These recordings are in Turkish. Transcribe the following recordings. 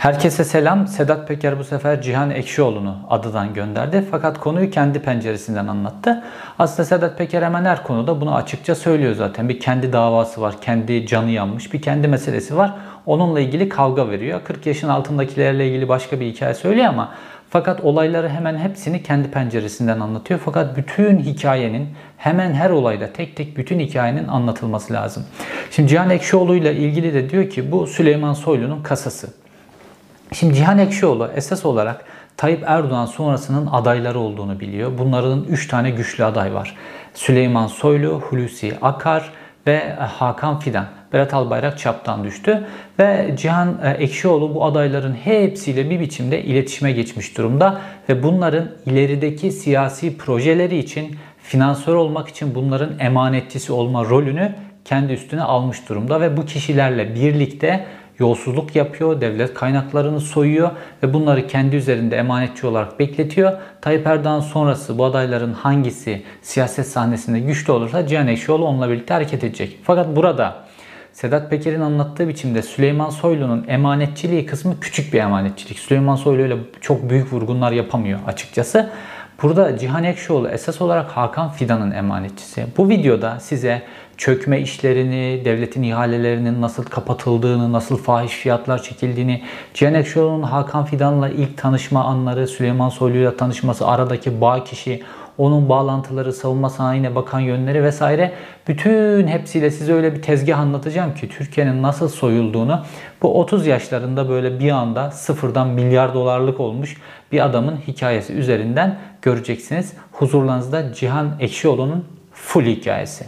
Herkese selam. Sedat Peker bu sefer Cihan Ekşioğlu'nu Adı'dan gönderdi. Fakat konuyu kendi penceresinden anlattı. Aslında Sedat Peker hemen her konuda bunu açıkça söylüyor zaten. Bir kendi davası var, kendi canı yanmış, bir kendi meselesi var. Onunla ilgili kavga veriyor. 40 yaşın altındakilerle ilgili başka bir hikaye söylüyor ama fakat olayları hemen hepsini kendi penceresinden anlatıyor. Fakat bütün hikayenin hemen her olayda tek tek bütün hikayenin anlatılması lazım. Şimdi Cihan Ekşioğlu ile ilgili de diyor ki bu Süleyman Soylu'nun kasası. Şimdi Cihan Ekşioğlu esas olarak Tayyip Erdoğan sonrasının adayları olduğunu biliyor. Bunların 3 tane güçlü aday var. Süleyman Soylu, Hulusi Akar ve Hakan Fidan. Berat Albayrak çaptan düştü ve Cihan Ekşioğlu bu adayların hepsiyle bir biçimde iletişime geçmiş durumda ve bunların ilerideki siyasi projeleri için finansör olmak için bunların emanetçisi olma rolünü kendi üstüne almış durumda ve bu kişilerle birlikte yolsuzluk yapıyor, devlet kaynaklarını soyuyor ve bunları kendi üzerinde emanetçi olarak bekletiyor. Tayyip Erdoğan sonrası bu adayların hangisi siyaset sahnesinde güçlü olursa Cihan Ekşioğlu onunla birlikte hareket edecek. Fakat burada Sedat Peker'in anlattığı biçimde Süleyman Soylu'nun emanetçiliği kısmı küçük bir emanetçilik. Süleyman Soylu öyle çok büyük vurgunlar yapamıyor açıkçası. Burada Cihan Ekşioğlu esas olarak Hakan Fidan'ın emanetçisi. Bu videoda size çökme işlerini, devletin ihalelerinin nasıl kapatıldığını, nasıl fahiş fiyatlar çekildiğini, Cihan Ekşioğlu'nun Hakan Fidan'la ilk tanışma anları, Süleyman Soylu'yla tanışması, aradaki bağ kişi, onun bağlantıları, savunma sanayine bakan yönleri vesaire bütün hepsiyle size öyle bir tezgah anlatacağım ki Türkiye'nin nasıl soyulduğunu bu 30 yaşlarında böyle bir anda sıfırdan milyar dolarlık olmuş bir adamın hikayesi üzerinden göreceksiniz. Huzurlarınızda Cihan Ekşioğlu'nun full hikayesi.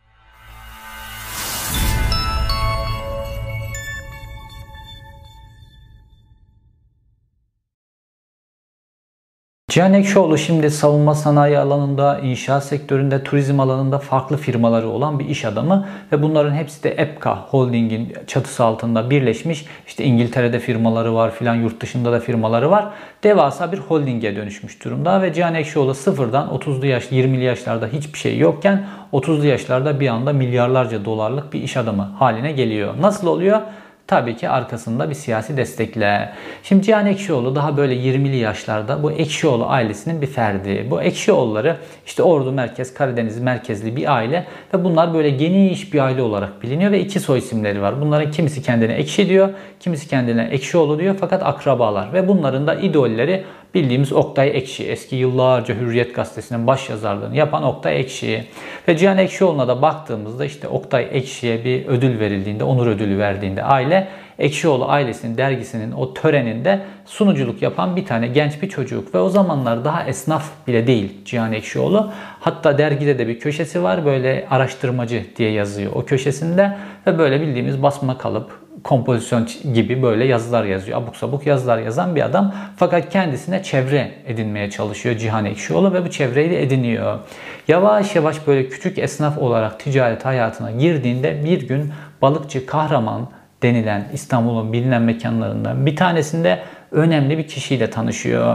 Cihan Ekşioğlu şimdi savunma sanayi alanında, inşaat sektöründe, turizm alanında farklı firmaları olan bir iş adamı ve bunların hepsi de EPKA Holding'in çatısı altında birleşmiş. İşte İngiltere'de firmaları var filan, yurt dışında da firmaları var. Devasa bir holdinge dönüşmüş durumda ve Cihan Ekşioğlu sıfırdan 30'lu yaş, 20'li yaşlarda hiçbir şey yokken 30'lu yaşlarda bir anda milyarlarca dolarlık bir iş adamı haline geliyor. Nasıl oluyor? Tabii ki arkasında bir siyasi destekle. Şimdi Cihan Ekşioğlu daha böyle 20'li yaşlarda bu Ekşioğlu ailesinin bir ferdi. Bu Ekşioğulları işte Ordu merkez, Karadeniz merkezli bir aile ve bunlar böyle geniş bir aile olarak biliniyor ve iki soy isimleri var. Bunların kimisi kendine Ekşi diyor, kimisi kendine Ekşioğlu diyor fakat akrabalar ve bunların da idolleri bildiğimiz Oktay Ekşi. Eski yıllarca Hürriyet Gazetesi'nin baş yazarlığını yapan Oktay Ekşi. Ve Cihan Ekşioğlu'na da baktığımızda işte Oktay Ekşi'ye bir ödül verildiğinde, onur ödülü verdiğinde aile Ekşioğlu ailesinin dergisinin o töreninde sunuculuk yapan bir tane genç bir çocuk. Ve o zamanlar daha esnaf bile değil Cihan Ekşioğlu. Hatta dergide de bir köşesi var böyle araştırmacı diye yazıyor o köşesinde. Ve böyle bildiğimiz basma kalıp kompozisyon gibi böyle yazılar yazıyor. Abuk sabuk yazılar yazan bir adam. Fakat kendisine çevre edinmeye çalışıyor Cihan Ekşioğlu ve bu çevreyi de ediniyor. Yavaş yavaş böyle küçük esnaf olarak ticaret hayatına girdiğinde bir gün Balıkçı Kahraman denilen İstanbul'un bilinen mekanlarından bir tanesinde önemli bir kişiyle tanışıyor.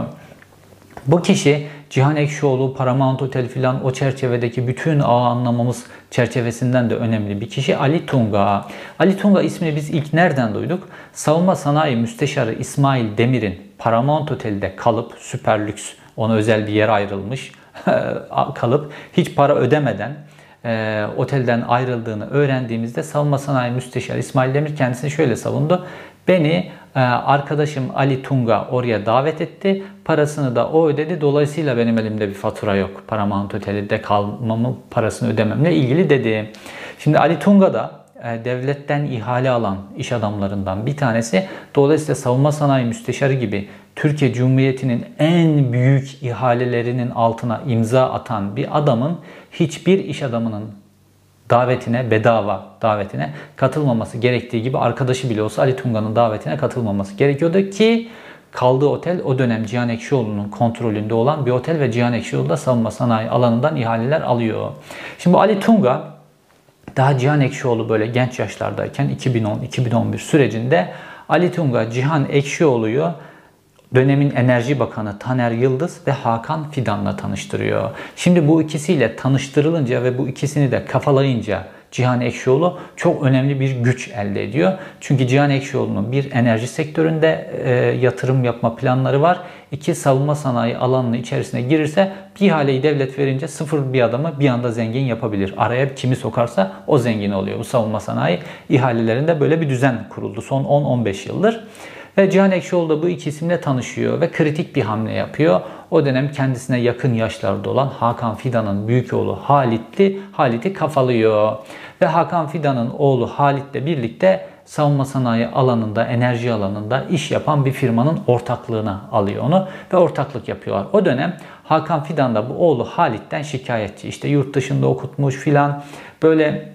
Bu kişi Cihan Ekşioğlu, Paramount Otel filan o çerçevedeki bütün ağı anlamamız çerçevesinden de önemli bir kişi Ali Tunga. Ali Tunga ismini biz ilk nereden duyduk? Savunma Sanayi Müsteşarı İsmail Demir'in Paramount Otel'de kalıp süper lüks, ona özel bir yer ayrılmış kalıp hiç para ödemeden otelden ayrıldığını öğrendiğimizde Savunma Sanayi Müsteşarı İsmail Demir kendisini şöyle savundu. Beni arkadaşım Ali Tunga oraya davet etti. Parasını da o ödedi. Dolayısıyla benim elimde bir fatura yok. Paramount Otel'de kalmamın parasını ödememle ilgili dedi. Şimdi Ali Tunga da devletten ihale alan iş adamlarından bir tanesi. Dolayısıyla savunma sanayi müsteşarı gibi Türkiye Cumhuriyeti'nin en büyük ihalelerinin altına imza atan bir adamın hiçbir iş adamının davetine, bedava davetine katılmaması gerektiği gibi arkadaşı bile olsa Ali Tunga'nın davetine katılmaması gerekiyordu ki kaldığı otel o dönem Cihan Ekşioğlu'nun kontrolünde olan bir otel ve Cihan Ekşioğlu da savunma sanayi alanından ihaleler alıyor. Şimdi bu Ali Tunga daha Cihan Ekşioğlu böyle genç yaşlardayken 2010-2011 sürecinde Ali Tunga Cihan Ekşioğlu'yu dönemin Enerji Bakanı Taner Yıldız ve Hakan Fidan'la tanıştırıyor. Şimdi bu ikisiyle tanıştırılınca ve bu ikisini de kafalayınca Cihan Ekşioğlu çok önemli bir güç elde ediyor. Çünkü Cihan Ekşioğlu'nun bir enerji sektöründe yatırım yapma planları var. İki, savunma sanayi alanının içerisine girirse bir ihaleyi devlet verince sıfır bir adamı bir anda zengin yapabilir. Araya kimi sokarsa o zengin oluyor. Bu savunma sanayi ihalelerinde böyle bir düzen kuruldu son 10-15 yıldır. Ve Cihan Ekşioğlu da bu iki isimle tanışıyor ve kritik bir hamle yapıyor. O dönem kendisine yakın yaşlarda olan Hakan Fidan'ın büyük oğlu Halit'i kafalıyor. Ve Hakan Fidan'ın oğlu Halit'le birlikte savunma sanayi alanında, enerji alanında iş yapan bir firmanın ortaklığına alıyor onu ve ortaklık yapıyorlar. O dönem Hakan Fidan da bu oğlu Halit'ten şikayetçi. İşte yurt dışında okutmuş filan, böyle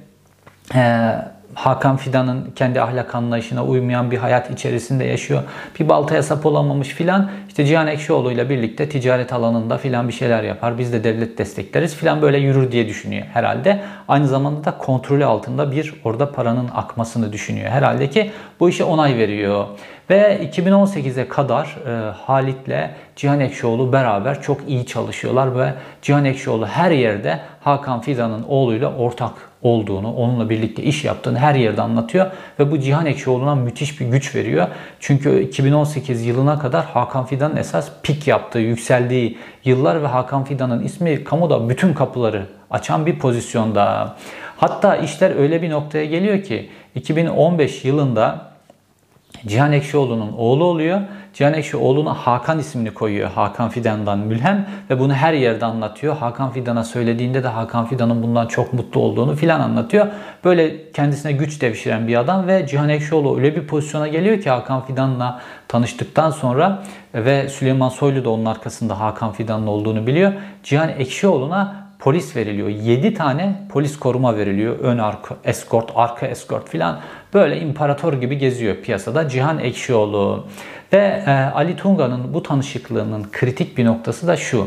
Hakan Fidan'ın kendi ahlak anlayışına uymayan bir hayat içerisinde yaşıyor. Bir baltaya sap olamamış filan. İşte Cihan Ekşioğlu ile birlikte ticaret alanında filan bir şeyler yapar. Biz de devlet destekleriz filan, böyle yürür diye düşünüyor herhalde. Aynı zamanda da kontrolü altında bir orada paranın akmasını düşünüyor. Herhalde ki bu işe onay veriyor. Ve 2018'e kadar Halit'le Cihan Ekşioğlu beraber çok iyi çalışıyorlar ve Cihan Ekşioğlu her yerde Hakan Fidan'ın oğluyla ortak olduğunu, onunla birlikte iş yaptığını her yerde anlatıyor ve bu Cihan Ekşioğlu'na müthiş bir güç veriyor. Çünkü 2018 yılına kadar Hakan Fidan'ın esas pik yaptığı, yükseldiği yıllar ve Hakan Fidan'ın ismi kamuda bütün kapıları açan bir pozisyonda. Hatta işler öyle bir noktaya geliyor ki 2015 yılında Cihan Ekşioğlu'nun oğlu oluyor. Cihan Ekşioğlu'na Hakan ismini koyuyor, Hakan Fidan'dan mülhem, ve bunu her yerde anlatıyor. Hakan Fidan'a söylediğinde de Hakan Fidan'ın bundan çok mutlu olduğunu filan anlatıyor. Böyle kendisine güç devşiren bir adam ve Cihan Ekşioğlu öyle bir pozisyona geliyor ki Hakan Fidan'la tanıştıktan sonra, ve Süleyman Soylu da onun arkasında Hakan Fidan'ın olduğunu biliyor. Cihan Ekşioğlu'na polis veriliyor. 7 tane polis koruma veriliyor. Ön arka eskort, arka eskort filan. Böyle imparator gibi geziyor piyasada Cihan Ekşioğlu. Ve Ali Tunga'nın bu tanışıklığının kritik bir noktası da şu.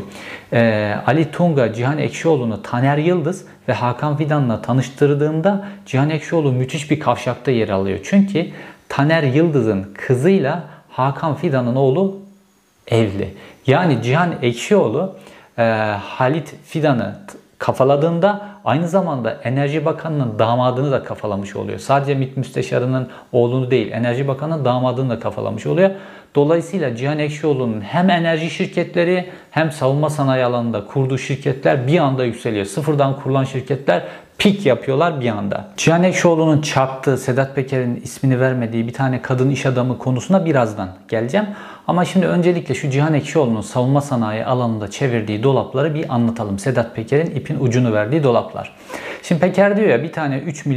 Ali Tunga Cihan Ekşioğlu'nu Taner Yıldız ve Hakan Fidan'la tanıştırdığında Cihan Ekşioğlu müthiş bir kavşakta yer alıyor. Çünkü Taner Yıldız'ın kızıyla Hakan Fidan'ın oğlu evli. Yani Cihan Ekşioğlu Halit Fidan'ı kafaladığında aynı zamanda Enerji Bakanı'nın damadını da kafalamış oluyor. Sadece MİT Müsteşarı'nın oğlunu değil, Enerji Bakanı'nın damadını da kafalamış oluyor. Dolayısıyla Cihan Ekşioğlu'nun hem enerji şirketleri hem savunma sanayi alanında kurduğu şirketler bir anda yükseliyor. Sıfırdan kurulan şirketler pik yapıyorlar bir anda. Cihan Ekşioğlu'nun çarptığı, Sedat Peker'in ismini vermediği bir tane kadın iş adamı konusuna birazdan geleceğim. Ama şimdi öncelikle şu Cihan Ekşioğlu'nun savunma sanayi alanında çevirdiği dolapları bir anlatalım. Sedat Peker'in ipin ucunu verdiği dolaplar. Şimdi Peker diyor ya, bir tane 3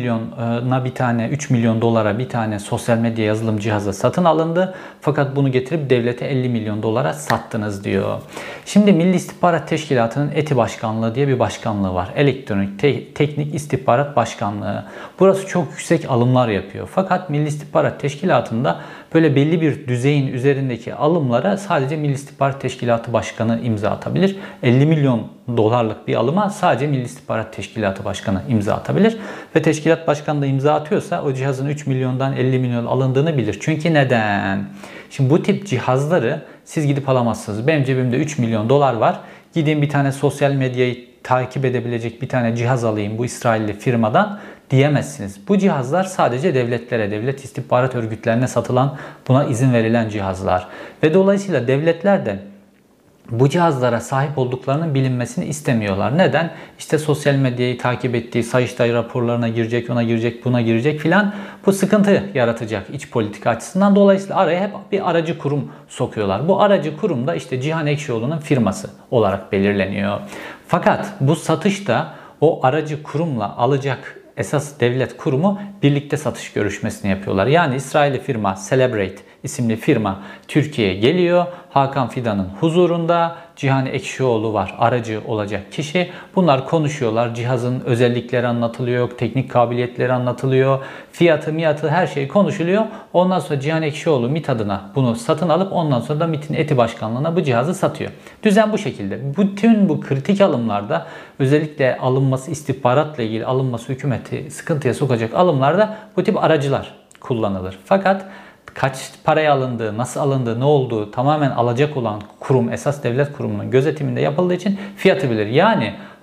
milyon dolara bir tane sosyal medya yazılım cihazı satın alındı. Fakat bunu getirip devlete 50 milyon dolara sattınız diyor. Şimdi Milli İstihbarat Teşkilatı'nın ETİ Başkanlığı diye bir başkanlığı var. Elektronik Teknik İstihbarat Başkanlığı. Burası çok yüksek alımlar yapıyor. Fakat Milli İstihbarat Teşkilatı'nda böyle belli bir düzeyin üzerindeki alımlara sadece Milli İstihbarat Teşkilatı Başkanı imza atabilir. 50 milyon dolarlık bir alıma sadece Milli İstihbarat Teşkilatı Başkanı imza atabilir. Ve teşkilat başkanı da imza atıyorsa o cihazın 3 milyondan 50 milyon alındığını bilir. Çünkü neden? Şimdi bu tip cihazları siz gidip alamazsınız. Benim cebimde 3 milyon dolar var. Gideyim bir tane sosyal medyayı takip edebilecek bir tane cihaz alayım bu İsrailli firmadan diyemezsiniz. Bu cihazlar sadece devletlere, devlet istihbarat örgütlerine satılan, buna izin verilen cihazlar. Ve dolayısıyla devletler de bu cihazlara sahip olduklarının bilinmesini istemiyorlar. Neden? İşte sosyal medyayı takip ettiği, Sayıştay raporlarına girecek, ona girecek, buna girecek filan. Bu sıkıntı yaratacak iç politika açısından. Dolayısıyla araya hep bir aracı kurum sokuyorlar. Bu aracı kurum da işte Cihan Ekşioğlu'nun firması olarak belirleniyor. Fakat bu satışta o aracı kurumla alacak esas devlet kurumu birlikte satış görüşmesini yapıyorlar. Yani İsrailli firma Celebrate isimli firma Türkiye'ye geliyor. Hakan Fidan'ın huzurunda Cihan Ekşioğlu var, aracı olacak kişi. Bunlar konuşuyorlar. Cihazın özellikleri anlatılıyor, teknik kabiliyetleri anlatılıyor. Fiyatı her şey konuşuluyor. Ondan sonra Cihan Ekşioğlu MİT adına bunu satın alıp ondan sonra da MİT'in ETİ Başkanlığı'na bu cihazı satıyor. Düzen bu şekilde. Bütün bu kritik alımlarda, özellikle alınması, istihbaratla ilgili alınması hükümeti sıkıntıya sokacak alımlarda bu tip aracılar kullanılır. Fakat kaç paraya alındığı, nasıl alındığı, ne olduğu tamamen alacak olan kurum, esas devlet kurumunun gözetiminde yapıldığı için fiyatı bilir. Yani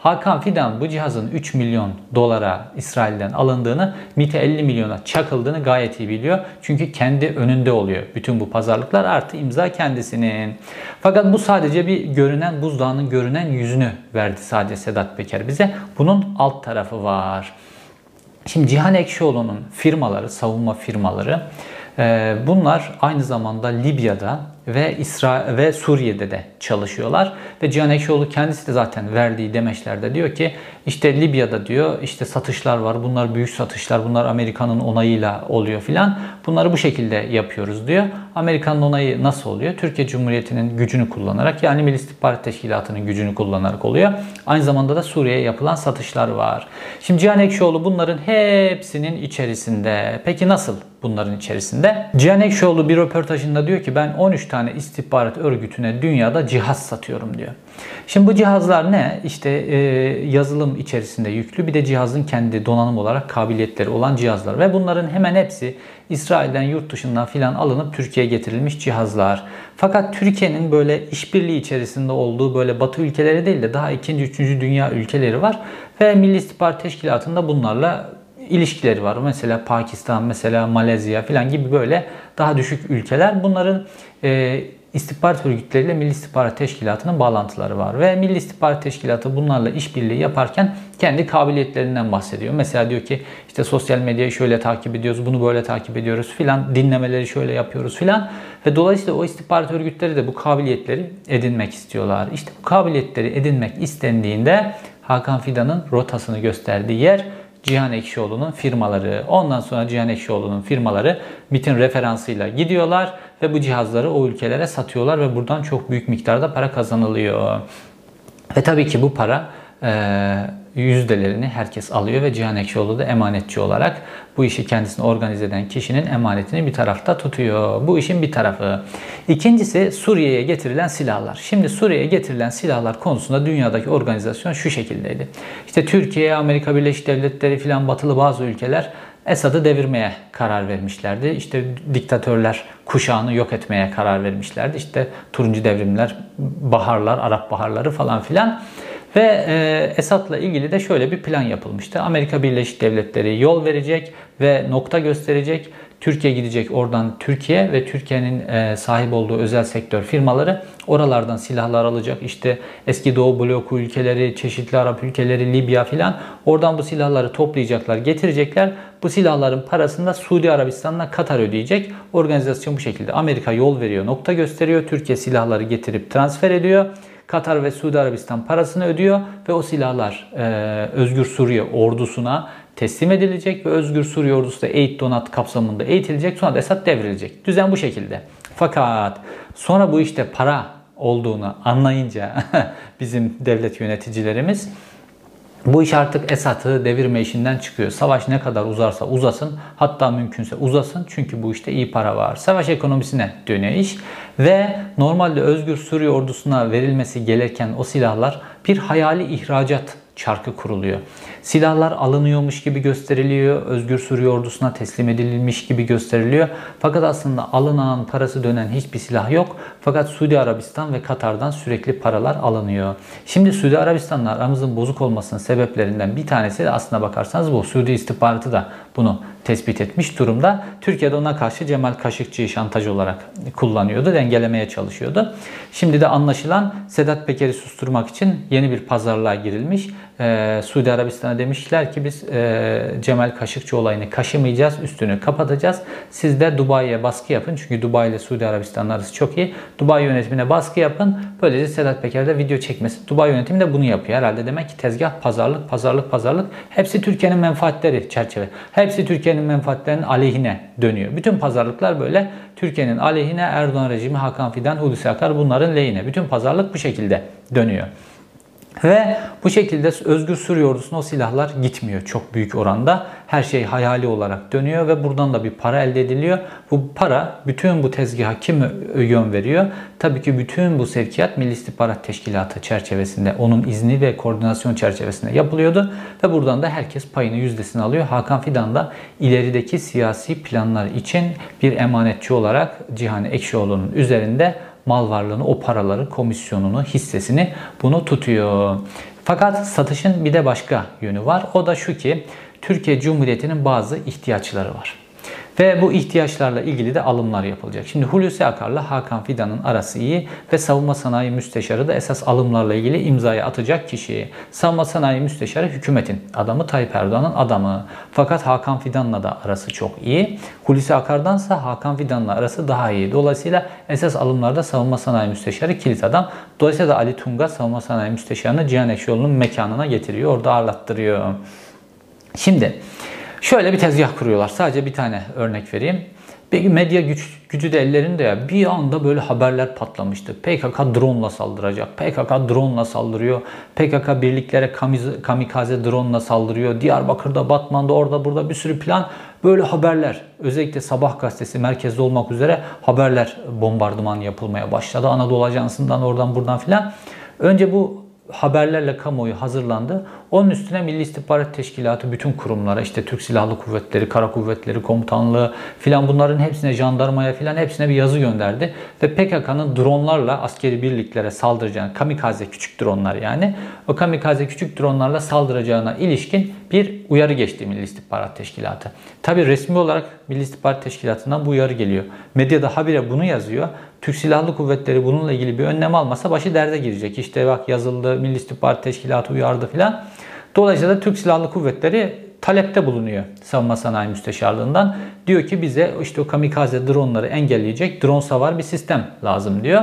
Hakan Fidan bu cihazın 3 milyon dolara İsrail'den alındığını, MİT'e 50 milyona çakıldığını gayet iyi biliyor. Çünkü kendi önünde oluyor bütün bu pazarlıklar, artı imza kendisinin. Fakat bu sadece bir görünen, buzdağının görünen yüzünü verdi sadece Sedat Peker bize. Bunun alt tarafı var. Şimdi Cihan Ekşioğlu'nun firmaları, savunma firmaları, bunlar aynı zamanda Libya'da ve Suriye'de de çalışıyorlar. Ve Cihan Ekşioğlu kendisi de zaten verdiği demeçlerde diyor ki işte Libya'da diyor işte satışlar var. Bunlar büyük satışlar. Bunlar Amerika'nın onayıyla oluyor filan. Bunları bu şekilde yapıyoruz diyor. Amerika'nın onayı nasıl oluyor? Türkiye Cumhuriyeti'nin gücünü kullanarak, yani Milli İstihbarat Teşkilatı'nın gücünü kullanarak oluyor. Aynı zamanda da Suriye'ye yapılan satışlar var. Şimdi Cihan Ekşioğlu bunların hepsinin içerisinde. Peki nasıl bunların içerisinde? Cihan Ekşioğlu bir röportajında diyor ki ben 13 tane istihbarat örgütüne dünyada cihaz satıyorum diyor. Şimdi bu cihazlar ne? İşte yazılım içerisinde yüklü, bir de cihazın kendi donanım olarak kabiliyetleri olan cihazlar. Ve bunların hemen hepsi İsrail'den, yurt dışından filan alınıp Türkiye'ye getirilmiş cihazlar. Fakat Türkiye'nin böyle işbirliği içerisinde olduğu böyle Batı ülkeleri değil de daha 2. 3. dünya ülkeleri var. Ve Milli İstihbarat Teşkilatı'nda bunlarla ilişkileri var. Mesela Pakistan, mesela Malezya filan gibi böyle daha düşük ülkeler. Bunların istihbarat örgütleriyle Milli İstihbarat Teşkilatı'nın bağlantıları var. Ve Milli İstihbarat Teşkilatı bunlarla işbirliği yaparken kendi kabiliyetlerinden bahsediyor. Mesela diyor ki işte sosyal medyayı şöyle takip ediyoruz, bunu böyle takip ediyoruz filan, dinlemeleri şöyle yapıyoruz filan. Ve dolayısıyla o istihbarat örgütleri de bu kabiliyetleri edinmek istiyorlar. İşte bu kabiliyetleri edinmek istendiğinde Hakan Fidan'ın rotasını gösterdiği yer Cihan Ekşioğlu'nun firmaları. Ondan sonra Cihan Ekşioğlu'nun firmaları MİT'in referansıyla gidiyorlar ve bu cihazları o ülkelere satıyorlar ve buradan çok büyük miktarda para kazanılıyor. Ve tabii ki bu para yüzdelerini herkes alıyor ve Cihan Ekşioğlu da emanetçi olarak bu işi kendisini organize eden kişinin emanetini bir tarafta tutuyor. Bu işin bir tarafı. İkincisi Suriye'ye getirilen silahlar. Şimdi Suriye'ye getirilen silahlar konusunda dünyadaki organizasyon şu şekildeydi. İşte Türkiye, Amerika Birleşik Devletleri filan batılı bazı ülkeler Esad'ı devirmeye karar vermişlerdi. İşte diktatörler kuşağını yok etmeye karar vermişlerdi. İşte turuncu devrimler, baharlar, Arap baharları falan filan. Ve Esad'la ilgili de şöyle bir plan yapılmıştı. Amerika Birleşik Devletleri yol verecek ve nokta gösterecek. Türkiye gidecek, oradan Türkiye ve Türkiye'nin sahip olduğu özel sektör firmaları oralardan silahlar alacak. İşte eski Doğu bloku ülkeleri, çeşitli Arap ülkeleri, Libya filan, oradan bu silahları toplayacaklar, getirecekler. Bu silahların parasını da Suudi Arabistan'la Katar ödeyecek. Organizasyon bu şekilde. Amerika yol veriyor, nokta gösteriyor. Türkiye silahları getirip transfer ediyor. Katar ve Suudi Arabistan parasını ödüyor ve o silahlar Özgür Suriye ordusuna teslim edilecek ve Özgür Suriye ordusu da eğit donat kapsamında eğitilecek. Sonra da Esad devrilecek. Düzen bu şekilde. Fakat sonra bu işte para olduğunu anlayınca bizim devlet yöneticilerimiz bu iş artık Esad'ı devirme işinden çıkıyor. Savaş ne kadar uzarsa uzasın, hatta mümkünse uzasın, çünkü bu işte iyi para var. Savaş ekonomisine dönüyor iş ve normalde Özgür Suriye ordusuna verilmesi gereken o silahlar bir hayali ihracat çarkı kuruluyor. Silahlar alınıyormuş gibi gösteriliyor, Özgür Suriye ordusuna teslim edilmiş gibi gösteriliyor. Fakat aslında alınan, parası dönen hiçbir silah yok. Fakat Suudi Arabistan ve Katar'dan sürekli paralar alınıyor. Şimdi Suudi Arabistan'la aramızın bozuk olmasının sebeplerinden bir tanesi de aslına bakarsanız bu. Suudi istihbaratı da bunu tespit etmiş durumda. Türkiye'de ona karşı Cemal Kaşıkçı'yı şantaj olarak kullanıyordu, dengelemeye çalışıyordu. Şimdi de anlaşılan Sedat Peker'i susturmak için yeni bir pazarlığa girilmiş. Suudi Arabistan'a demişler ki biz Cemal Kaşıkçı olayını kaşımayacağız, üstünü kapatacağız. Siz de Dubai'ye baskı yapın. Çünkü Dubai ile Suudi Arabistan'ın arası çok iyi. Dubai yönetimine baskı yapın. Böylece Sedat Peker de video çekmesi. Dubai yönetimi de bunu yapıyor. Herhalde demek ki tezgah, pazarlık, pazarlık, pazarlık. Hepsi Türkiye'nin menfaatleri çerçeve. Hepsi Türkiye'nin menfaatlerinin aleyhine dönüyor. Bütün pazarlıklar böyle Türkiye'nin aleyhine, Erdoğan rejimi, Hakan Fidan, Hulusi Akar bunların lehine. Bütün pazarlık bu şekilde dönüyor. Ve bu şekilde Özgür Suriye ordusuna o silahlar gitmiyor çok büyük oranda. Her şey hayali olarak dönüyor ve buradan da bir para elde ediliyor. Bu para, bütün bu tezgaha kim yön veriyor? Tabii ki bütün bu sevkiyat Milli İstihbarat Teşkilatı çerçevesinde, onun izni ve koordinasyon çerçevesinde yapılıyordu. Ve buradan da herkes payını, yüzdesini alıyor. Hakan Fidan da ilerideki siyasi planlar için bir emanetçi olarak Cihan Ekşioğlu'nun üzerinde mal varlığını, o paraları, komisyonunu, hissesini bunu tutuyor. Fakat satışın bir de başka yönü var. O da şu ki Türkiye Cumhuriyeti'nin bazı ihtiyaçları var. Ve bu ihtiyaçlarla ilgili de alımlar yapılacak. Şimdi Hulusi Akar'la Hakan Fidan'ın arası iyi ve Savunma Sanayi Müsteşarı da esas alımlarla ilgili imzayı atacak kişi. Savunma Sanayi Müsteşarı hükümetin adamı, Tayyip Erdoğan'ın adamı. Fakat Hakan Fidan'la da arası çok iyi. Hulusi Akar'dansa Hakan Fidan'la arası daha iyi. Dolayısıyla esas alımlarda Savunma Sanayi Müsteşarı kilit adam. Dolayısıyla da Ali Tunga Savunma Sanayi Müsteşarı'nı Cihan Ekşioğlu'nun mekanına getiriyor. Orada ağırlattırıyor. Şimdi şöyle bir tezgah kuruyorlar. Sadece bir tane örnek vereyim. Peki medya gücü de ellerinde ya. Bir anda böyle haberler patlamıştı. PKK drone'la saldıracak. PKK drone'la saldırıyor. PKK birliklere kamikaze drone'la saldırıyor. Diyarbakır'da, Batman'da, orada burada bir sürü plan. Böyle haberler. Özellikle Sabah gazetesi merkezde olmak üzere haberler bombardıman yapılmaya başladı. Anadolu Ajansı'ndan oradan buradan filan. Önce bu haberlerle kamuoyu hazırlandı. Onun üstüne Milli İstihbarat Teşkilatı bütün kurumlara, işte Türk Silahlı Kuvvetleri, Kara Kuvvetleri Komutanlığı filan, bunların hepsine, jandarmaya filan hepsine bir yazı gönderdi. Ve PKK'nın dronlarla askeri birliklere saldıracağını, kamikaze küçük dronlar yani, o kamikaze küçük dronlarla saldıracağına ilişkin bir uyarı geçti Milli İstihbarat Teşkilatı. Tabi resmi olarak Milli İstihbarat Teşkilatı'ndan bu uyarı geliyor. Medyada habire bunu yazıyor. Türk Silahlı Kuvvetleri bununla ilgili bir önlem almasa başı derde girecek. İşte bak yazıldı, Milli İstihbarat Teşkilatı uyardı filan. Dolayısıyla da Türk Silahlı Kuvvetleri talepte bulunuyor Savunma Sanayi Müsteşarlığından. Diyor ki bize işte o kamikaze dronları engelleyecek drone savar bir sistem lazım diyor.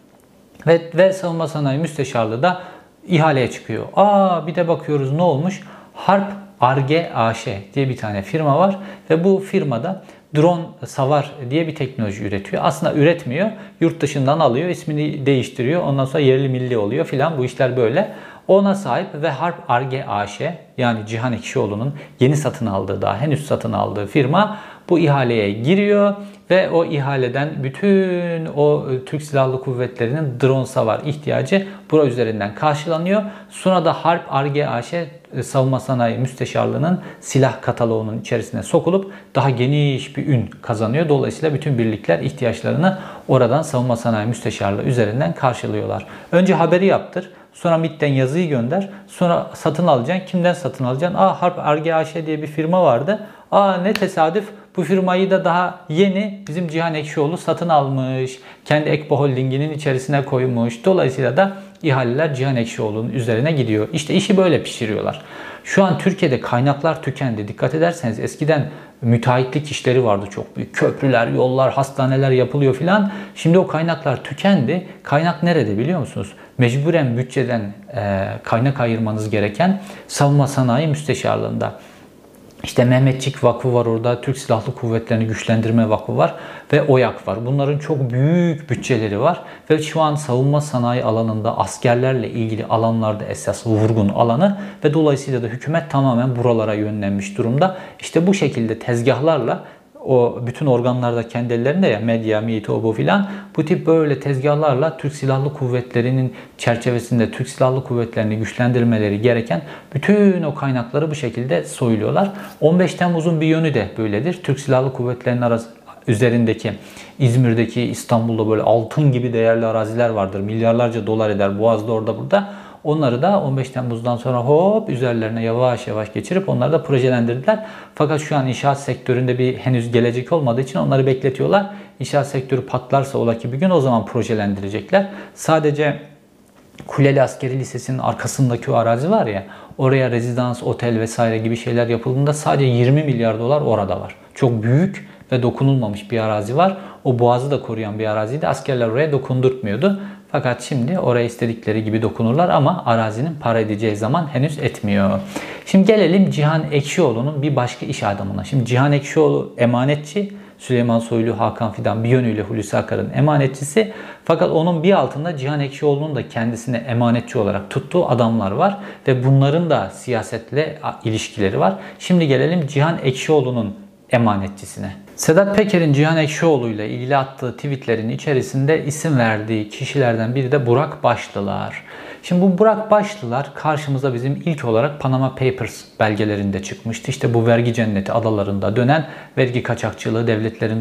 Ve Savunma Sanayi Müsteşarlığı da ihaleye çıkıyor. Bir de bakıyoruz ne olmuş? Harp Ar-Ge AŞ diye bir tane firma var ve bu firmada drone savar diye bir teknoloji üretiyor. Aslında üretmiyor. Yurt dışından alıyor, ismini değiştiriyor. Ondan sonra yerli milli oluyor filan. Bu işler böyle. Ona sahip ve Harp Ar-Ge AŞ, yani Cihan Ekşioğlu'nun yeni satın aldığı, daha henüz satın aldığı firma bu ihaleye giriyor ve o ihaleden bütün o Türk Silahlı Kuvvetleri'nin drone savar ihtiyacı bura üzerinden karşılanıyor. Sonra da Harp Ar-Ge AŞ Savunma Sanayi Müsteşarlığı'nın silah kataloğunun içerisine sokulup daha geniş bir ün kazanıyor. Dolayısıyla bütün birlikler ihtiyaçlarını oradan Savunma Sanayi Müsteşarlığı üzerinden karşılıyorlar. Önce haberi yaptır. Sonra MİT'ten yazıyı gönder. Sonra satın alacaksın. Kimden satın alacaksın? Harp Ar-Ge AŞ diye bir firma vardı. Ne tesadüf. Bu firmayı da daha yeni bizim Cihan Ekşioğlu satın almış. Kendi Ekbo Holding'inin içerisine koymuş. Dolayısıyla da ihaleler Cihan Ekşioğlu'nun üzerine gidiyor. İşte işi böyle pişiriyorlar. Şu an Türkiye'de kaynaklar tükendi. Dikkat ederseniz eskiden müteahhitlik işleri vardı çok büyük. Köprüler, yollar, hastaneler yapılıyor filan. Şimdi o kaynaklar tükendi. Kaynak nerede biliyor musunuz? Mecburen bütçeden kaynak ayırmanız gereken Savunma Sanayi Müsteşarlığında. İşte Mehmetçik Vakfı var orada, Türk Silahlı Kuvvetleri'ni Güçlendirme Vakfı var ve OYAK var. Bunların çok büyük bütçeleri var ve şu an savunma sanayi alanında askerlerle ilgili alanlarda esas vurgun alanı ve dolayısıyla da hükümet tamamen buralara yönlenmiş durumda. İşte bu şekilde tezgahlarla o bütün organlarda kendi ellerinde ya, medya, MİT, bu filan, bu tip böyle tezgahlarla Türk Silahlı Kuvvetleri'nin çerçevesinde Türk Silahlı Kuvvetleri'ni güçlendirmeleri gereken bütün o kaynakları bu şekilde soyuluyorlar. 15 Temmuz'un bir yönü de böyledir. Türk Silahlı Kuvvetleri'nin üzerindeki İzmir'deki, İstanbul'da böyle altın gibi değerli araziler vardır. Milyarlarca dolar eder. Boğaz'da, orada burada. Onları da 15 Temmuz'dan sonra hop üzerlerine yavaş yavaş geçirip onları da projelendirdiler. Fakat şu an inşaat sektöründe bir henüz gelecek olmadığı için onları bekletiyorlar. İnşaat sektörü patlarsa ola ki bir gün, o zaman projelendirecekler. Sadece Kuleli Askeri Lisesi'nin arkasındaki o arazi var ya, oraya rezidans, otel vesaire gibi şeyler yapıldığında sadece 20 milyar dolar orada var. Çok büyük ve dokunulmamış bir arazi var. O boğazı da koruyan bir araziydi. Askerler oraya dokundurtmuyordu. Fakat şimdi oraya istedikleri gibi dokunurlar ama arazinin para edeceği zaman henüz etmiyor. Şimdi gelelim Cihan Ekşioğlu'nun bir başka iş adamına. Şimdi Cihan Ekşioğlu emanetçi. Süleyman Soylu, Hakan Fidan bir yönüyle Hulusi Akar'ın emanetçisi. Fakat onun bir altında Cihan Ekşioğlu'nun da kendisine emanetçi olarak tuttuğu adamlar var. Ve bunların da siyasetle ilişkileri var. Şimdi gelelim Cihan Ekşioğlu'nun emanetçisine. Sedat Peker'in Cihan Ekşioğlu ile ilgili attığı tweetlerin içerisinde isim verdiği kişilerden biri de Burak Başlılar. Şimdi bu Burak Başlılar karşımıza bizim ilk olarak Panama Papers belgelerinde çıkmıştı. İşte bu vergi cenneti adalarında dönen vergi kaçakçılığı, devletlerin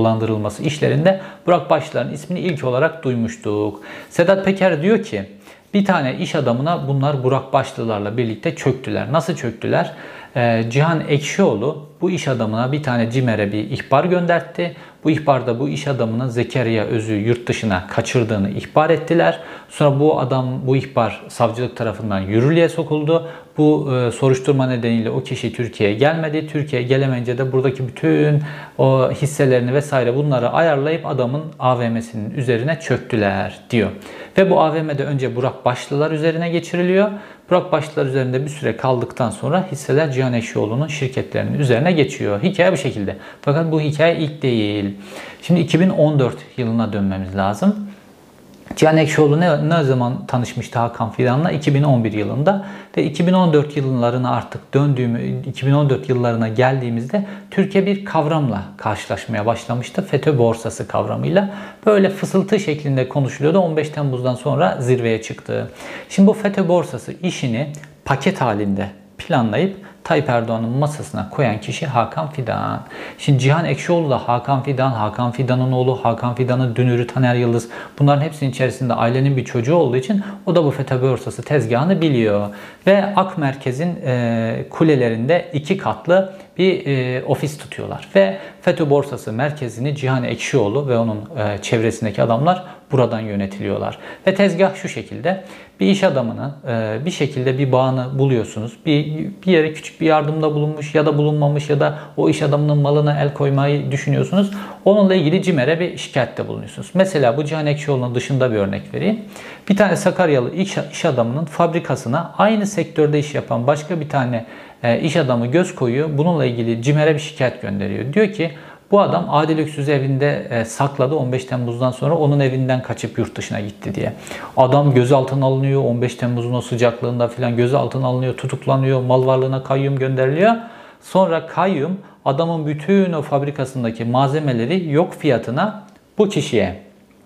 dolandırılması işlerinde Burak Başlılar'ın ismini ilk olarak duymuştuk. Sedat Peker diyor ki Bir tane iş adamına bunlar Burak Başlılar'la birlikte çöktüler. Nasıl çöktüler? Cihan Ekşioğlu bu iş adamına bir tane CİMER'e bir ihbar göndertti. Bu ihbarda bu iş adamının Zekeriya Öz'ü yurt dışına kaçırdığını ihbar ettiler. Sonra bu ihbar savcılık tarafından yürürlüğe sokuldu. Bu soruşturma nedeniyle o kişi Türkiye'ye gelmedi. Türkiye'ye gelemeyince de buradaki bütün o hisselerini vesaire bunları ayarlayıp adamın AVM'sinin üzerine çöktüler diyor. Ve bu AVM'de önce Burak Başlılar üzerine geçiriliyor. Burak Başlılar üzerinde bir süre kaldıktan sonra hisseler Cihan Ekşioğlu'nun şirketlerinin üzerine geçiyor. Hikaye bu şekilde. Fakat bu hikaye ilk değil. Şimdi 2014 yılına dönmemiz lazım. Cihan Ekşioğlu ne zaman tanışmıştı Hakan Fidan'la? 2011 yılında ve 2014 yıllarına artık 2014 yıllarına geldiğimizde Türkiye bir kavramla karşılaşmaya başlamıştı. FETÖ borsası kavramıyla. Böyle fısıltı şeklinde konuşuluyordu. 15 Temmuz'dan sonra zirveye çıktı. Şimdi bu FETÖ borsası işini paket halinde planlayıp Tayyip Erdoğan'ın masasına koyan kişi Hakan Fidan. Şimdi Cihan Ekşioğlu da Hakan Fidan, Hakan Fidan'ın oğlu, Hakan Fidan'ın dünürü Taner Yıldız. Bunların hepsinin içerisinde ailenin bir çocuğu olduğu için o da bu FETÖ borsası tezgahını biliyor. Ve Ak Merkez'in kulelerinde 2 katlı bir ofis tutuyorlar. Ve FETÖ borsası merkezini Cihan Ekşioğlu ve onun çevresindeki adamlar buradan yönetiliyorlar. Ve tezgah şu şekilde. Bir iş adamının bir şekilde bir bağını buluyorsunuz. Bir yere küçük bir yardımda bulunmuş ya da bulunmamış ya da o iş adamının malına el koymayı düşünüyorsunuz. Onunla ilgili CİMER'e bir şikayette bulunuyorsunuz. Mesela bu Cihan Ekşioğlu'nun dışında bir örnek vereyim. Bir tane Sakaryalı iş adamının fabrikasına aynı sektörde iş yapan başka bir tane iş adamı göz koyuyor. Bununla ilgili CİMER'e bir şikayet gönderiyor. Diyor ki bu adam Adil Öksüz'ü evinde sakladı 15 Temmuz'dan sonra onun evinden kaçıp yurt dışına gitti diye. Adam gözaltına alınıyor 15 Temmuz'un o sıcaklığında filan gözaltına alınıyor, tutuklanıyor, mal varlığına kayyum gönderiliyor. Sonra kayyum adamın bütün o fabrikasındaki malzemeleri yok fiyatına bu kişiye,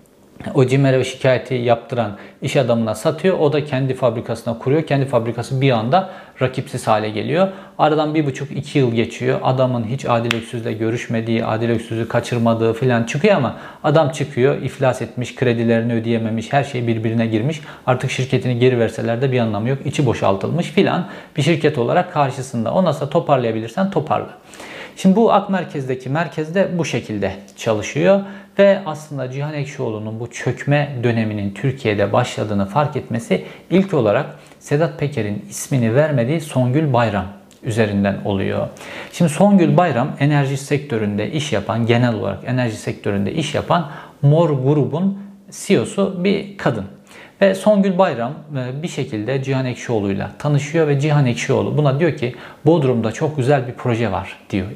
o CİMER'e şikayeti yaptıran iş adamına satıyor. O da kendi fabrikasına kuruyor. Kendi fabrikası bir anda rakipsiz hale geliyor. Aradan 1,5-2 yıl geçiyor. Adamın hiç Adil Öksüz'le görüşmediği, Adil Öksüz'ü kaçırmadığı falan çıkıyor ama adam çıkıyor, iflas etmiş, kredilerini ödeyememiş, her şey birbirine girmiş. Artık şirketini geri verseler de bir anlamı yok. İçi boşaltılmış filan bir şirket olarak karşısında. Ondan sonra toparlayabilirsen toparla. Şimdi bu Ak Merkez'deki merkezde bu şekilde çalışıyor ve aslında Cihan Ekşioğlu'nun bu çökme döneminin Türkiye'de başladığını fark etmesi ilk olarak Sedat Peker'in ismini vermediği Songül Bayram üzerinden oluyor. Şimdi Songül Bayram enerji sektöründe iş yapan, genel olarak enerji sektöründe iş yapan Mor grubun CEO'su bir kadın. Ve Songül Bayram bir şekilde Cihan Ekşioğlu'yla tanışıyor ve Cihan Ekşioğlu buna diyor ki Bodrum'da çok güzel bir proje var diyor.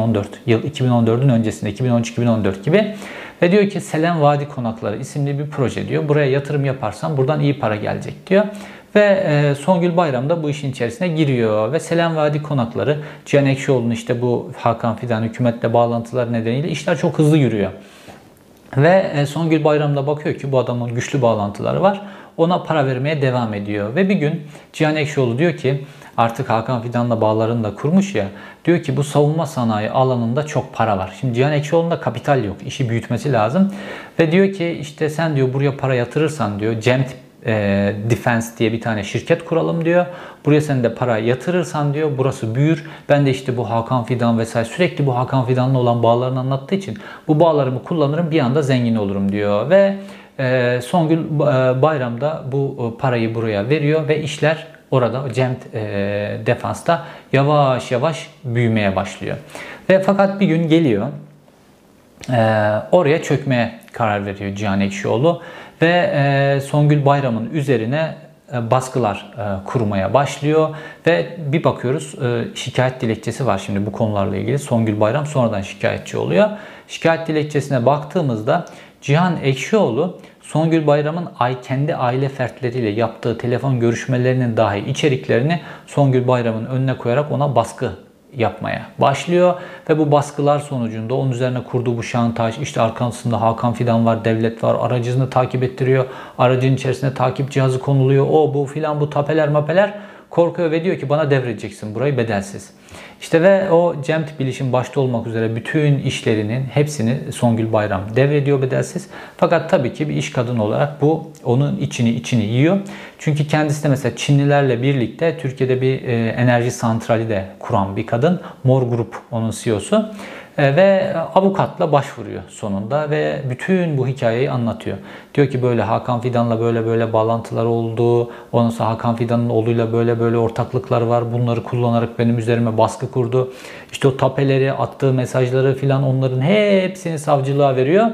2014'ün öncesinde 2013-2014 gibi. Ve diyor ki Selen Vadi Konakları isimli bir proje diyor. Buraya yatırım yaparsan buradan iyi para gelecek diyor. Ve Songül Bayram da bu işin içerisine giriyor. Ve Selen Vadi Konakları Cihan Ekşioğlu'nun işte bu Hakan Fidan hükümetle bağlantıları nedeniyle işler çok hızlı yürüyor. Ve Songül Bayram da bakıyor ki bu adamın güçlü bağlantıları var. Ona para vermeye devam ediyor. Ve bir gün Cihan Ekşioğlu diyor ki artık Hakan Fidan'la bağlarını da kurmuş ya. Diyor ki bu savunma sanayi alanında çok para var. Şimdi Cihan Ekşioğlu'nda kapital yok. İşi büyütmesi lazım. Ve diyor ki işte sen diyor buraya para yatırırsan diyor Cem Defense diye bir tane şirket kuralım diyor. Buraya sen de para yatırırsan diyor burası büyür. Ben de işte bu Hakan Fidan vesaire sürekli bu Hakan Fidan'la olan bağlarını anlattığı için bu bağlarımı kullanırım bir anda zengin olurum diyor. Ve Songül Bayram da bu parayı buraya veriyor ve işler orada Cem Defans'ta yavaş yavaş büyümeye başlıyor. Ve fakat bir gün geliyor oraya çökmeye karar veriyor Cihan Ekşioğlu ve Songül Bayram'ın üzerine baskılar kurmaya başlıyor ve bir bakıyoruz şikayet dilekçesi var şimdi bu konularla ilgili. Songül Bayram sonradan şikayetçi oluyor. Şikayet dilekçesine baktığımızda Cihan Ekşioğlu Songül Bayram'ın kendi aile fertleriyle yaptığı telefon görüşmelerinin dahi içeriklerini Songül Bayram'ın önüne koyarak ona baskı yapmaya başlıyor. Ve bu baskılar sonucunda onun üzerine kurduğu bu şantaj, işte arkasında Hakan Fidan var, devlet var, aracını takip ettiriyor. Aracın içerisine takip cihazı konuluyor. O bu filan bu tapeler mapeler korkuyor ve diyor ki bana devredeceksin burayı bedelsiz. İşte ve o Cem't Bilişim başta olmak üzere bütün işlerinin hepsini Songül Bayram devrediyor bedelsiz. Fakat tabii ki bir iş kadını olarak bu onun içini yiyor. Çünkü kendisi de mesela Çinlilerle birlikte Türkiye'de bir enerji santrali de kuran bir kadın. Mor Grup onun CEO'su. Ve avukatla başvuruyor sonunda ve bütün bu hikayeyi anlatıyor. Diyor ki böyle Hakan Fidan'la böyle bağlantılar oldu. Ondan sonra Hakan Fidan'ın oğluyla böyle ortaklıklar var. Bunları kullanarak benim üzerime baskı kurdu. İşte o tapeleri, attığı mesajları filan onların hepsini savcılığa veriyor.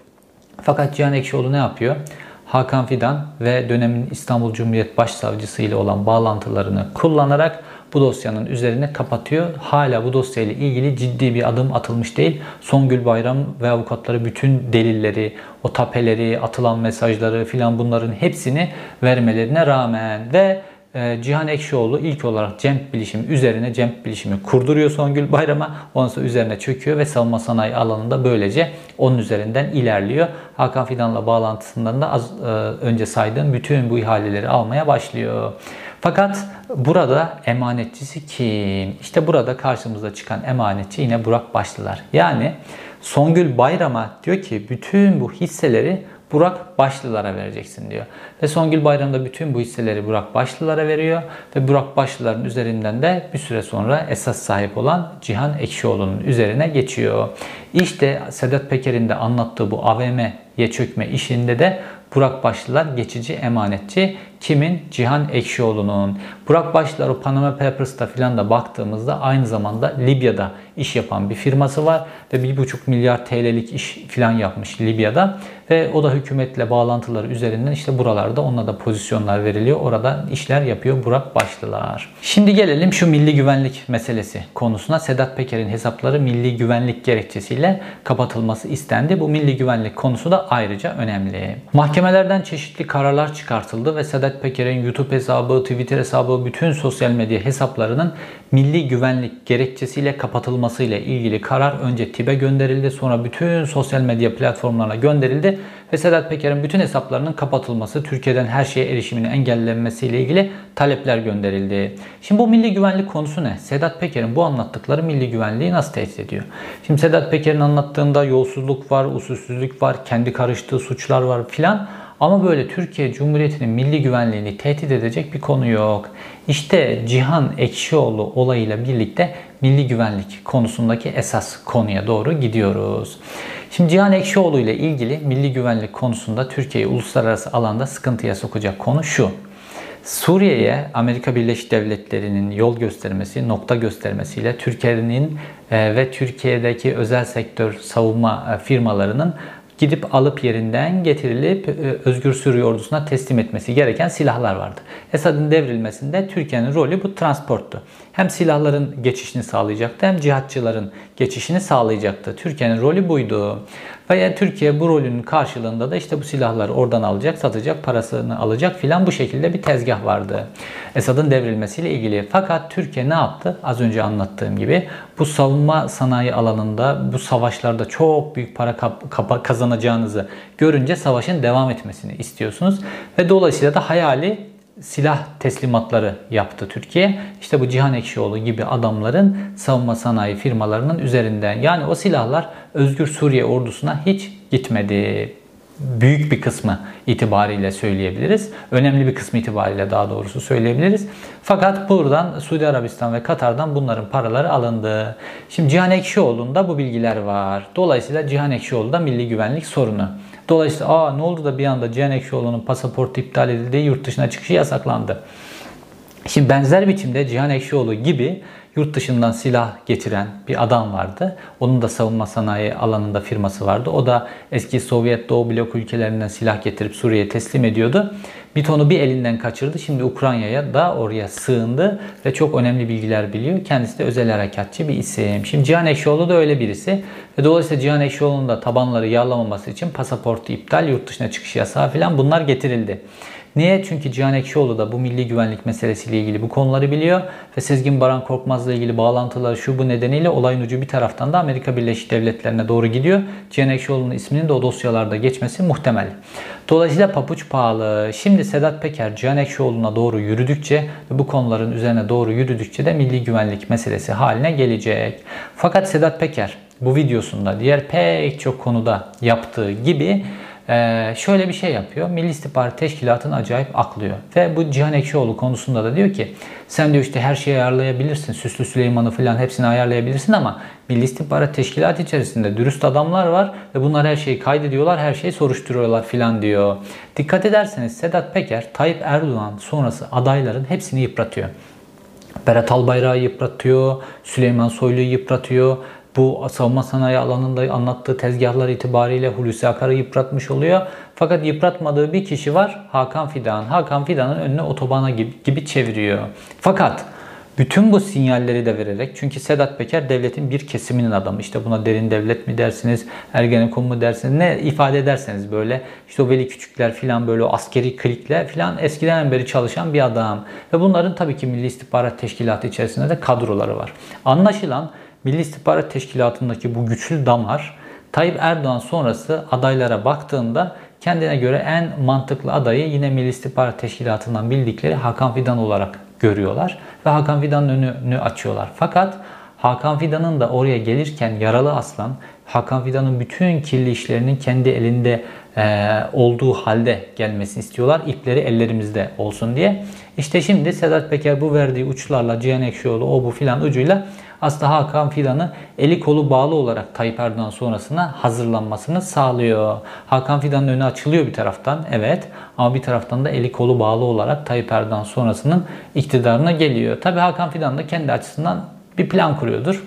Fakat Cihan Ekşioğlu ne yapıyor? Hakan Fidan ve dönemin İstanbul Cumhuriyet Başsavcısı ile olan bağlantılarını kullanarak bu dosyanın üzerine kapatıyor. Hala bu dosyayla ilgili ciddi bir adım atılmış değil. Songül Bayram ve avukatları bütün delilleri, o tapeleri, atılan mesajları filan bunların hepsini vermelerine rağmen ve Cihan Ekşioğlu ilk olarak Cem't Bilişim üzerine Cem't Bilişim'i kurduruyor Songül Bayram'a. Ondan sonra üzerine çöküyor ve savunma sanayi alanında böylece onun üzerinden ilerliyor. Hakan Fidan'la bağlantısından da az önce saydığım bütün bu ihaleleri almaya başlıyor. Fakat burada emanetçisi kim? İşte burada karşımıza çıkan emanetçi yine Burak Başlılar. Yani Songül Bayram'a diyor ki bütün bu hisseleri Burak Başlılar'a vereceksin diyor. Ve Songül Bayram da bütün bu hisseleri Burak Başlılar'a veriyor. Ve Burak Başlılar'ın üzerinden de bir süre sonra esas sahip olan Cihan Ekşioğlu'nun üzerine geçiyor. İşte Sedat Peker'in de anlattığı bu AVM'ye çökme işinde de Burak Başlılar geçici emanetçi. Kimin? Cihan Ekşioğlu'nun. Burak Başlılar o Panama Papers'ta filan da baktığımızda aynı zamanda Libya'da iş yapan bir firması var. Ve 1,5 milyar TL'lik iş filan yapmış Libya'da. Ve o da hükümetle bağlantıları üzerinden işte buralarda ona da pozisyonlar veriliyor. Orada işler yapıyor Burak Başlılar. Şimdi gelelim şu milli güvenlik meselesi konusuna. Sedat Peker'in hesapları milli güvenlik gerekçesiyle kapatılması istendi. Bu milli güvenlik konusu da ayrıca önemli. Mahkemelerden çeşitli kararlar çıkartıldı ve Sedat Peker'in YouTube hesabı, Twitter hesabı, bütün sosyal medya hesaplarının milli güvenlik gerekçesiyle kapatılmasıyla ilgili karar önce TİB'e gönderildi. Sonra bütün sosyal medya platformlarına gönderildi. Ve Sedat Peker'in bütün hesaplarının kapatılması, Türkiye'den her şeye erişiminin engellenmesiyle ilgili talepler gönderildi. Şimdi bu milli güvenlik konusu ne? Sedat Peker'in bu anlattıkları milli güvenliği nasıl tehdit ediyor? Şimdi Sedat Peker'in anlattığında yolsuzluk var, usulsüzlük var, kendi karıştığı suçlar var filan. Ama böyle Türkiye Cumhuriyeti'nin milli güvenliğini tehdit edecek bir konu yok. İşte Cihan Ekşioğlu olayıyla birlikte milli güvenlik konusundaki esas konuya doğru gidiyoruz. Şimdi Cihan Ekşioğlu ile ilgili milli güvenlik konusunda Türkiye'yi uluslararası alanda sıkıntıya sokacak konu şu. Suriye'ye Amerika Birleşik Devletleri'nin yol göstermesi, nokta göstermesiyle Türkiye'nin ve Türkiye'deki özel sektör savunma firmalarının gidip alıp yerinden getirilip Özgür Suriye ordusuna teslim etmesi gereken silahlar vardı. Esad'ın devrilmesinde Türkiye'nin rolü bu transporttu. Hem silahların geçişini sağlayacaktı hem cihatçıların geçişini sağlayacaktı. Türkiye'nin rolü buydu. Ve Türkiye bu rolünün karşılığında da işte bu silahları oradan alacak, satacak, parasını alacak filan bu şekilde bir tezgah vardı. Esad'ın devrilmesiyle ilgili. Fakat Türkiye ne yaptı? Az önce anlattığım gibi bu savunma sanayi alanında bu savaşlarda çok büyük para kazanacağınızı görünce savaşın devam etmesini istiyorsunuz. Ve dolayısıyla da hayali silah teslimatları yaptı Türkiye. İşte bu Cihan Ekşioğlu gibi adamların savunma sanayi firmalarının üzerinden. Yani o silahlar Özgür Suriye ordusuna hiç gitmedi. Büyük bir kısmı itibariyle söyleyebiliriz. Önemli bir kısmı itibariyle daha doğrusu söyleyebiliriz. Fakat buradan Suudi Arabistan ve Katar'dan bunların paraları alındı. Şimdi Cihan Ekşioğlu'nda bu bilgiler var. Dolayısıyla Cihan Ekşioğlu'da milli güvenlik sorunu. Dolayısıyla ne oldu da bir anda Cihan Ekşioğlu'nun pasaportu iptal edildi, yurt dışına çıkışı yasaklandı. Şimdi benzer biçimde Cihan Ekşioğlu gibi yurt dışından silah getiren bir adam vardı. Onun da savunma sanayi alanında firması vardı. O da eski Sovyet Doğu blok ülkelerinden silah getirip Suriye'ye teslim ediyordu. Bir tonu bir elinden kaçırdı. Şimdi Ukrayna'ya da oraya sığındı ve çok önemli bilgiler biliyor. Kendisi de özel harekatçı bir isim. Şimdi Cihan Ekşioğlu da öyle birisi. Ve dolayısıyla Cihan Ekşioğlu'nun da tabanları yağlamaması için pasaportu iptal, yurt dışına çıkış yasağı falan bunlar getirildi. Niye? Çünkü Cihan Ekşioğlu da bu milli güvenlik meselesiyle ilgili bu konuları biliyor ve Sezgin Baran Korkmaz'la ilgili bağlantıları şu bu nedeniyle olayın ucu bir taraftan da Amerika Birleşik Devletleri'ne doğru gidiyor. Cihan Ekşioğlu'nun isminin de o dosyalarda geçmesi muhtemel. Dolayısıyla papuç pahalı. Şimdi Sedat Peker, Cihan Ekşioğlu'na doğru yürüdükçe ve bu konuların üzerine doğru yürüdükçe de milli güvenlik meselesi haline gelecek. Fakat Sedat Peker bu videosunda diğer pek çok konuda yaptığı gibi şöyle bir şey yapıyor. Milli İstihbarat Teşkilatı'nı acayip aklıyor. Ve bu Cihan Ekşioğlu konusunda da diyor ki sen diyor işte her şeyi ayarlayabilirsin. Süslü Süleyman'ı falan hepsini ayarlayabilirsin ama Milli İstihbarat Teşkilatı içerisinde dürüst adamlar var ve bunlar her şeyi kaydediyorlar, her şeyi soruşturuyorlar filan diyor. Dikkat ederseniz Sedat Peker, Tayyip Erdoğan sonrası adayların hepsini yıpratıyor. Berat Albayrak'ı yıpratıyor, Süleyman Soylu'yu yıpratıyor. Bu savunma sanayi alanında anlattığı tezgahlar itibariyle Hulusi Akar'ı yıpratmış oluyor. Fakat yıpratmadığı bir kişi var, Hakan Fidan. Hakan Fidan'ın önüne otobana gibi çeviriyor. Fakat bütün bu sinyalleri de vererek, çünkü Sedat Peker devletin bir kesiminin adamı. İşte buna derin devlet mi dersiniz, Ergenekon mu dersiniz, ne ifade ederseniz böyle. İşte o Veli Küçükler filan, böyle o askeri klikle filan eskiden beri çalışan bir adam. Ve bunların tabii ki Milli İstihbarat Teşkilatı içerisinde de kadroları var. Anlaşılan Milli İstihbarat Teşkilatı'ndaki bu güçlü damar Tayyip Erdoğan sonrası adaylara baktığında kendine göre en mantıklı adayı yine Milli İstihbarat Teşkilatı'ndan bildikleri Hakan Fidan olarak görüyorlar. Ve Hakan Fidan'ın önünü açıyorlar. Fakat Hakan Fidan'ın da oraya gelirken yaralı aslan, Hakan Fidan'ın bütün kirli işlerinin kendi elinde olduğu halde gelmesini istiyorlar. İpleri ellerimizde olsun diye. İşte şimdi Sedat Peker bu verdiği uçlarla, Cihan Ekşioğlu o bu filan ucuyla aslında Hakan Fidan'ı eli kolu bağlı olarak Tayyip Erdoğan sonrasına hazırlanmasını sağlıyor. Hakan Fidan'ın önü açılıyor bir taraftan, evet, ama bir taraftan da eli kolu bağlı olarak Tayyip Erdoğan sonrasının iktidarına geliyor. Tabii Hakan Fidan da kendi açısından bir plan kuruyordur.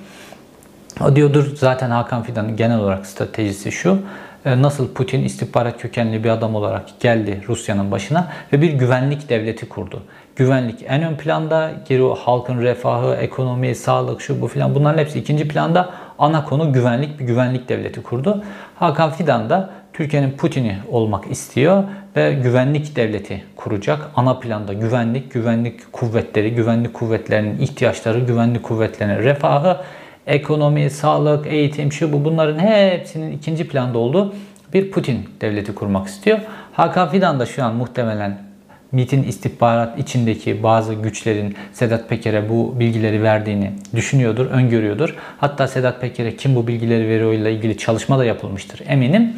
O diyordur zaten Hakan Fidan'ın genel olarak stratejisi şu: nasıl Putin istihbarat kökenli bir adam olarak geldi Rusya'nın başına ve bir güvenlik devleti kurdu. Güvenlik en ön planda, geri o halkın refahı, ekonomi, sağlık, şu bu filan, bunların hepsi ikinci planda. Ana konu güvenlik, bir güvenlik devleti kurdu. Hakan Fidan da Türkiye'nin Putin'i olmak istiyor ve güvenlik devleti kuracak. Ana planda güvenlik kuvvetleri, güvenlik kuvvetlerinin ihtiyaçları, güvenlik kuvvetlerinin refahı, ekonomi, sağlık, eğitim, şu bu, bunların hepsinin ikinci planda olduğu bir Putin devleti kurmak istiyor. Hakan Fidan da şu an muhtemelen MİT'in istihbarat içindeki bazı güçlerin Sedat Peker'e bu bilgileri verdiğini düşünüyordur, öngörüyordur. Hatta Sedat Peker'e kim bu bilgileri veriyor ile ilgili çalışma da yapılmıştır eminim.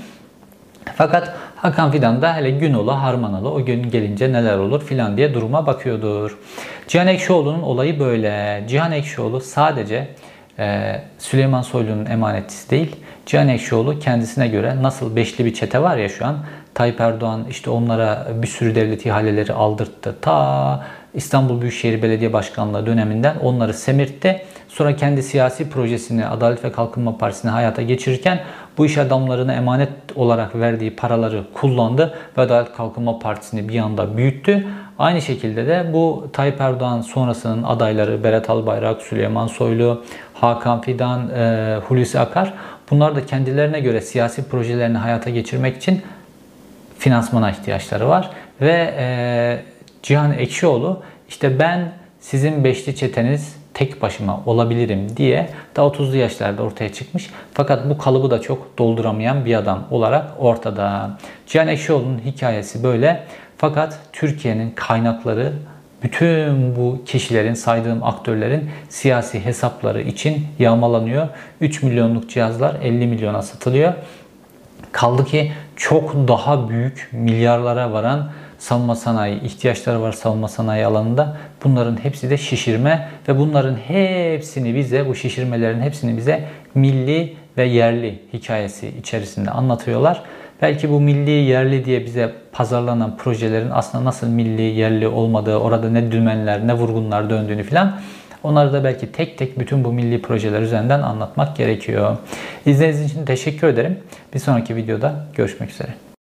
Fakat Hakan Fidan da hele gün ola harman ola, o gün gelince neler olur filan diye duruma bakıyordur. Cihan Ekşioğlu'nun olayı böyle. Cihan Ekşioğlu sadece Süleyman Soylu'nun emanetçisi değil. Cihan Ekşioğlu kendisine göre, nasıl beşli bir çete var ya şu an, Tayyip Erdoğan işte onlara bir sürü devlet ihaleleri aldırttı. Ta İstanbul Büyükşehir Belediye Başkanlığı döneminden onları semirtti. Sonra kendi siyasi projesini, Adalet ve Kalkınma Partisi'ni hayata geçirirken bu iş adamlarına emanet olarak verdiği paraları kullandı ve Adalet Kalkınma Partisi'ni bir anda büyüttü. Aynı şekilde de bu Tayyip Erdoğan sonrasının adayları Berat Albayrak, Süleyman Soylu, Hakan Fidan, Hulusi Akar, bunlar da kendilerine göre siyasi projelerini hayata geçirmek için finansmana ihtiyaçları var. Ve Cihan Ekşioğlu işte ben sizin beşli çeteniz tek başıma olabilirim diye daha 30'lu yaşlarda ortaya çıkmış. Fakat bu kalıbı da çok dolduramayan bir adam olarak ortada. Cihan Ekşioğlu'nun hikayesi böyle. Fakat Türkiye'nin kaynakları bütün bu kişilerin, saydığım aktörlerin siyasi hesapları için yağmalanıyor. 3 milyonluk cihazlar 50 milyona satılıyor. Kaldı ki çok daha büyük, milyarlara varan savunma sanayi ihtiyaçları var savunma sanayi alanında. Bunların hepsi de şişirme ve bunların hepsini bize, bu şişirmelerin hepsini bize milli ve yerli hikayesi içerisinde anlatıyorlar. Belki bu milli yerli diye bize pazarlanan projelerin aslında nasıl milli yerli olmadığı, orada ne dümenler ne vurgunlar döndüğünü filan, onları da belki tek tek bütün bu milli projeler üzerinden anlatmak gerekiyor. İzlediğiniz için teşekkür ederim. Bir sonraki videoda görüşmek üzere.